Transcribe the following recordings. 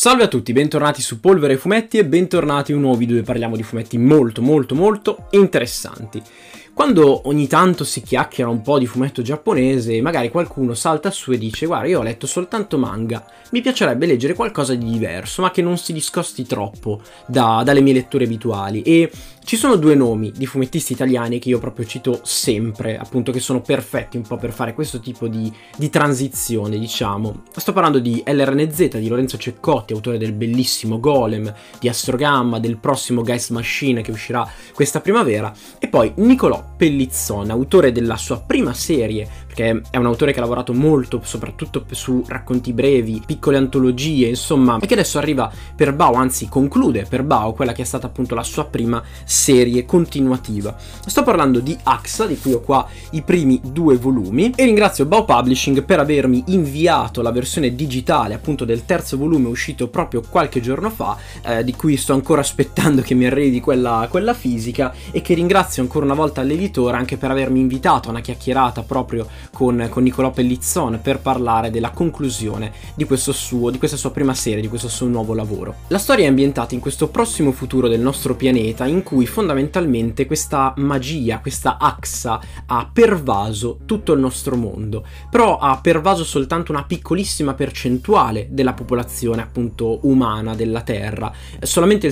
Salve a tutti, bentornati su Polvere Fumetti e bentornati in un nuovo video dove parliamo di fumetti molto interessanti. Quando ogni tanto si chiacchiera un po' di fumetto giapponese, magari qualcuno salta su e dice: guarda, io ho letto soltanto manga, mi piacerebbe leggere qualcosa di diverso, ma che non si discosti troppo dalle mie letture abituali. E ci sono due nomi di fumettisti italiani che io proprio cito sempre, appunto, che sono perfetti un po' per fare questo tipo di transizione, diciamo. Sto parlando di LRNZ, di Lorenzo Ceccotti, autore del bellissimo Golem, di Astrogamma, del prossimo Geist Machine che uscirà questa primavera, e poi Nicolò Pellizzon, autore della sua prima serie, perché è un autore che ha lavorato molto, soprattutto su racconti brevi, piccole antologie, insomma, e che adesso arriva per Bao, anzi conclude per Bao quella che è stata appunto la sua prima serie continuativa. Sto parlando di Axa, di cui ho qua i primi 2 volumi, e ringrazio Bao Publishing per avermi inviato la versione digitale appunto del terzo volume uscito proprio qualche giorno fa, di cui sto ancora aspettando che mi arrivi quella fisica, e che ringrazio ancora una volta l'editore anche per avermi invitato a una chiacchierata proprio con Nicolò Pellizzon per parlare della conclusione di questa sua prima serie, di questo suo nuovo lavoro. La storia è ambientata in questo prossimo futuro del nostro pianeta, in cui fondamentalmente questa magia, questa Axa, ha pervaso tutto il nostro mondo, però ha pervaso soltanto una piccolissima percentuale della popolazione appunto umana della Terra. Solamente il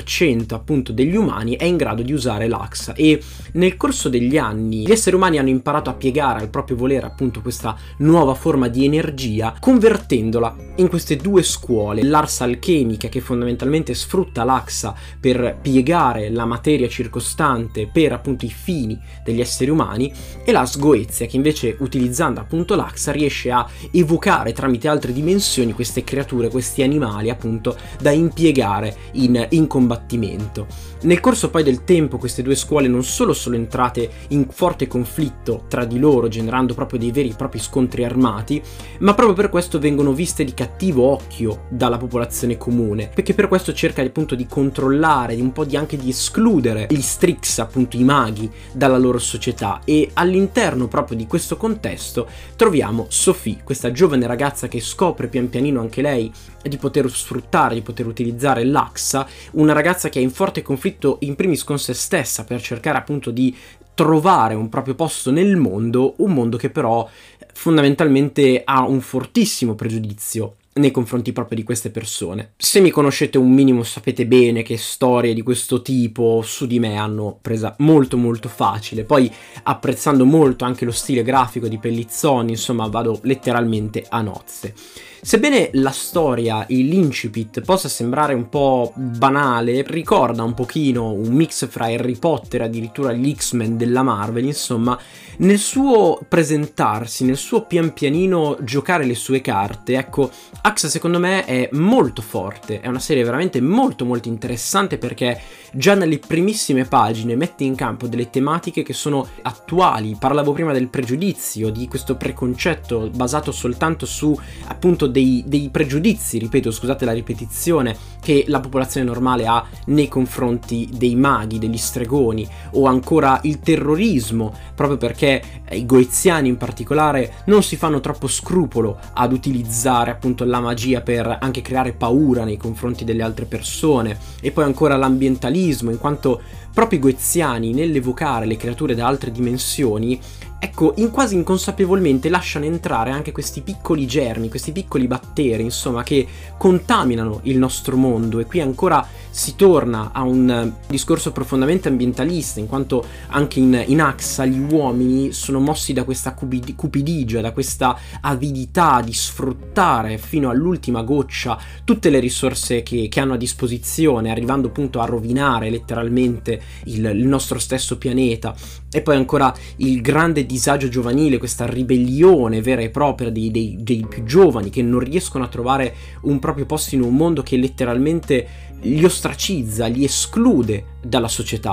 6% appunto degli umani è in grado di usare l'Axa, e nel corso degli anni gli esseri umani hanno imparato a piegare al proprio volere appunto questa nuova forma di energia, convertendola in queste 2 scuole: l'Ars alchemica, che fondamentalmente sfrutta l'Axa per piegare la materia circostante per appunto i fini degli esseri umani, e l'Ars Goetia, che invece, utilizzando appunto l'Axa, riesce a evocare tramite altre dimensioni queste creature, questi animali appunto da impiegare in combattimento. Nel corso poi del tempo queste 2 scuole non solo sono entrate in forte conflitto tra di loro, generando proprio dei veri e propri scontri armati, ma proprio per questo vengono viste di cattivo occhio dalla popolazione comune, perché per questo cerca appunto di controllare, anche di escludere gli Strix, appunto i maghi, dalla loro società. E all'interno proprio di questo contesto troviamo Sophie, questa giovane ragazza che scopre pian pianino anche lei di poter sfruttare, di poter utilizzare l'Axa, una ragazza che è in forte conflitto in primis con se stessa per cercare appunto di trovare un proprio posto nel mondo, un mondo che però fondamentalmente ha un fortissimo pregiudizio nei confronti proprio di queste persone. Se mi conoscete un minimo sapete bene che storie di questo tipo su di me hanno presa molto facile, poi apprezzando molto anche lo stile grafico di Pellizzon, insomma vado letteralmente a nozze. Sebbene la storia, l'incipit, possa sembrare un po' banale, ricorda un pochino un mix fra Harry Potter e addirittura gli X-Men della Marvel, insomma, nel suo presentarsi, nel suo pian pianino giocare le sue carte, ecco, Axa secondo me è molto forte, è una serie veramente molto interessante, perché già nelle primissime pagine mette in campo delle tematiche che sono attuali. Parlavo prima del pregiudizio, di questo preconcetto basato soltanto su appunto dei pregiudizi, ripeto, scusate la ripetizione, che la popolazione normale ha nei confronti dei maghi, degli stregoni, o ancora il terrorismo, proprio perché i goeziani in particolare non si fanno troppo scrupolo ad utilizzare appunto la magia per anche creare paura nei confronti delle altre persone. E poi ancora l'ambientalismo, in quanto proprio i goeziani, nell'evocare le creature da altre dimensioni, ecco, quasi inconsapevolmente lasciano entrare anche questi piccoli germi, questi piccoli batteri, insomma, che contaminano il nostro mondo. E qui ancora si torna a un discorso profondamente ambientalista, in quanto anche in Axa gli uomini sono mossi da questa cupidigia, da questa avidità di sfruttare fino all'ultima goccia tutte le risorse che hanno a disposizione, arrivando appunto a rovinare letteralmente il nostro stesso pianeta. E poi ancora il grande disagio giovanile, questa ribellione vera e propria dei più giovani, che non riescono a trovare un proprio posto in un mondo che letteralmente li ostracizza, li esclude dalla società.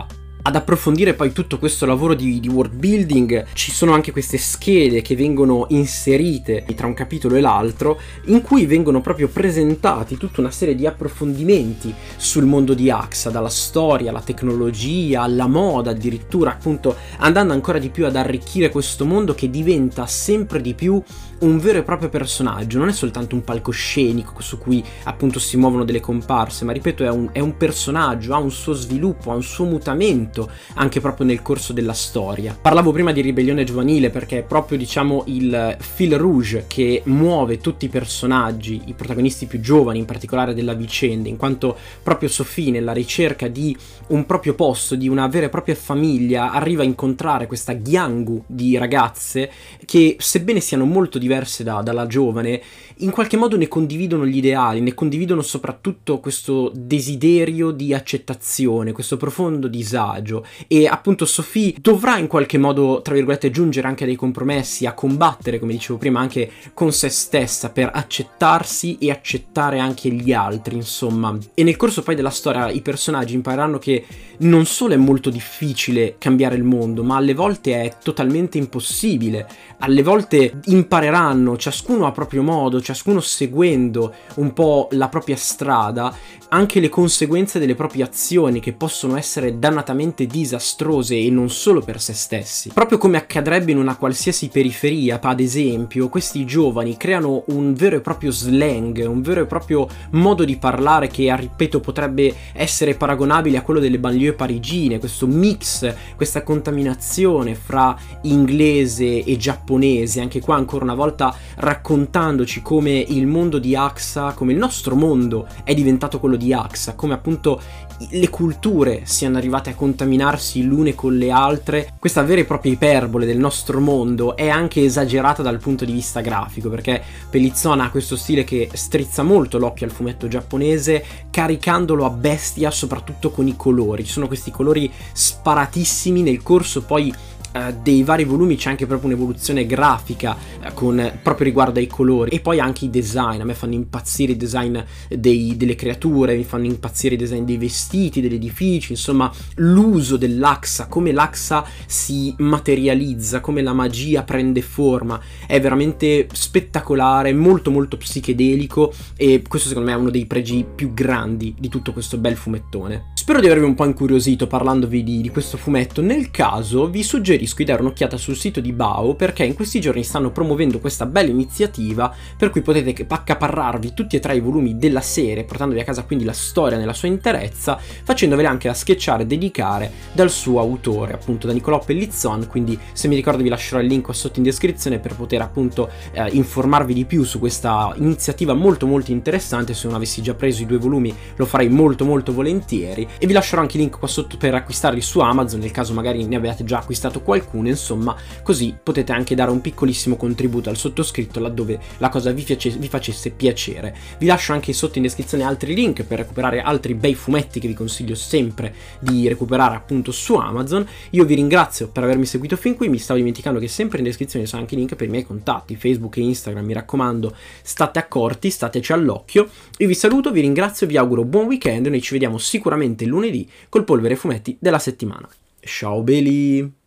ad approfondire poi tutto questo lavoro di world building, ci sono anche queste schede che vengono inserite tra un capitolo e l'altro, in cui vengono proprio presentati tutta una serie di approfondimenti sul mondo di AXA, dalla storia, alla tecnologia, alla moda, addirittura appunto andando ancora di più ad arricchire questo mondo che diventa sempre di più un vero e proprio personaggio. Non è soltanto un palcoscenico su cui appunto si muovono delle comparse, ma ripeto è un personaggio, ha un suo sviluppo, ha un suo mutamento anche proprio nel corso della storia. Parlavo prima di Ribellione Giovanile perché è proprio, diciamo, il fil rouge che muove tutti i personaggi, i protagonisti più giovani in particolare della vicenda, in quanto proprio Sophie, nella ricerca di un proprio posto, di una vera e propria famiglia, arriva a incontrare questa ghiangu di ragazze che, sebbene siano molto diverse dalla giovane, in qualche modo ne condividono gli ideali, ne condividono soprattutto questo desiderio di accettazione, questo profondo disagio, e appunto Sophie dovrà in qualche modo, tra virgolette, giungere anche a dei compromessi, a combattere, come dicevo prima, anche con se stessa per accettarsi e accettare anche gli altri, insomma. E nel corso poi della storia i personaggi impareranno che non solo è molto difficile cambiare il mondo, ma alle volte è totalmente impossibile. Alle volte impareranno, ciascuno a proprio modo, ciascuno seguendo un po' la propria strada, anche le conseguenze delle proprie azioni, che possono essere dannatamente disastrose e non solo per se stessi. Proprio come accadrebbe in una qualsiasi periferia, ad esempio, questi giovani creano un vero e proprio slang, un vero e proprio modo di parlare che, ripeto, potrebbe essere paragonabile a quello delle banlieue parigine, questo mix, questa contaminazione fra inglese e giapponese, anche qua ancora una volta raccontandoci come il mondo di AXA, come il nostro mondo è diventato quello di AXA, come appunto le culture siano arrivate a contaminarsi l'une con le altre. Questa vera e propria iperbole del nostro mondo è anche esagerata dal punto di vista grafico, perché Pellizzon ha questo stile che strizza molto l'occhio al fumetto giapponese, caricandolo a bestia soprattutto con i colori. Ci sono questi colori sparatissimi. Nel corso poi dei vari volumi c'è anche proprio un'evoluzione grafica proprio riguardo ai colori, e poi anche i design. A me fanno impazzire i design delle creature, mi fanno impazzire i design dei vestiti, degli edifici, insomma l'uso dell'Axa, come l'Axa si materializza, come la magia prende forma, è veramente spettacolare, molto molto psichedelico, e questo secondo me è uno dei pregi più grandi di tutto questo bel fumettone. Spero di avervi un po' incuriosito parlandovi di questo fumetto. Nel caso vi suggerisco di dare un'occhiata sul sito di Bao, perché in questi giorni stanno promuovendo questa bella iniziativa per cui potete accaparrarvi tutti e tre i volumi della serie, portandovi a casa quindi la storia nella sua interezza, facendovele anche a sketchare e dedicare dal suo autore, appunto da Nicolò Pellizzon. Quindi, se mi ricordo, vi lascerò il link qua sotto in descrizione per poter appunto informarvi di più su questa iniziativa molto molto interessante. Se non avessi già preso i 2 volumi lo farei molto molto volentieri, e vi lascerò anche il link qua sotto per acquistarli su Amazon nel caso magari ne abbiate già acquistato qualcuno, insomma, così potete anche dare un piccolissimo contributo al sottoscritto laddove la cosa vi facesse piacere. Vi lascio anche sotto in descrizione altri link per recuperare altri bei fumetti che vi consiglio sempre di recuperare appunto su Amazon. Io vi ringrazio per avermi seguito fin qui. Mi stavo dimenticando che sempre in descrizione ci sono anche i link per i miei contatti Facebook e Instagram, mi raccomando, state accorti, stateci all'occhio. Io vi saluto, vi ringrazio, vi auguro buon weekend e noi ci vediamo sicuramente lunedì col polvere fumetti della settimana. Ciao belli!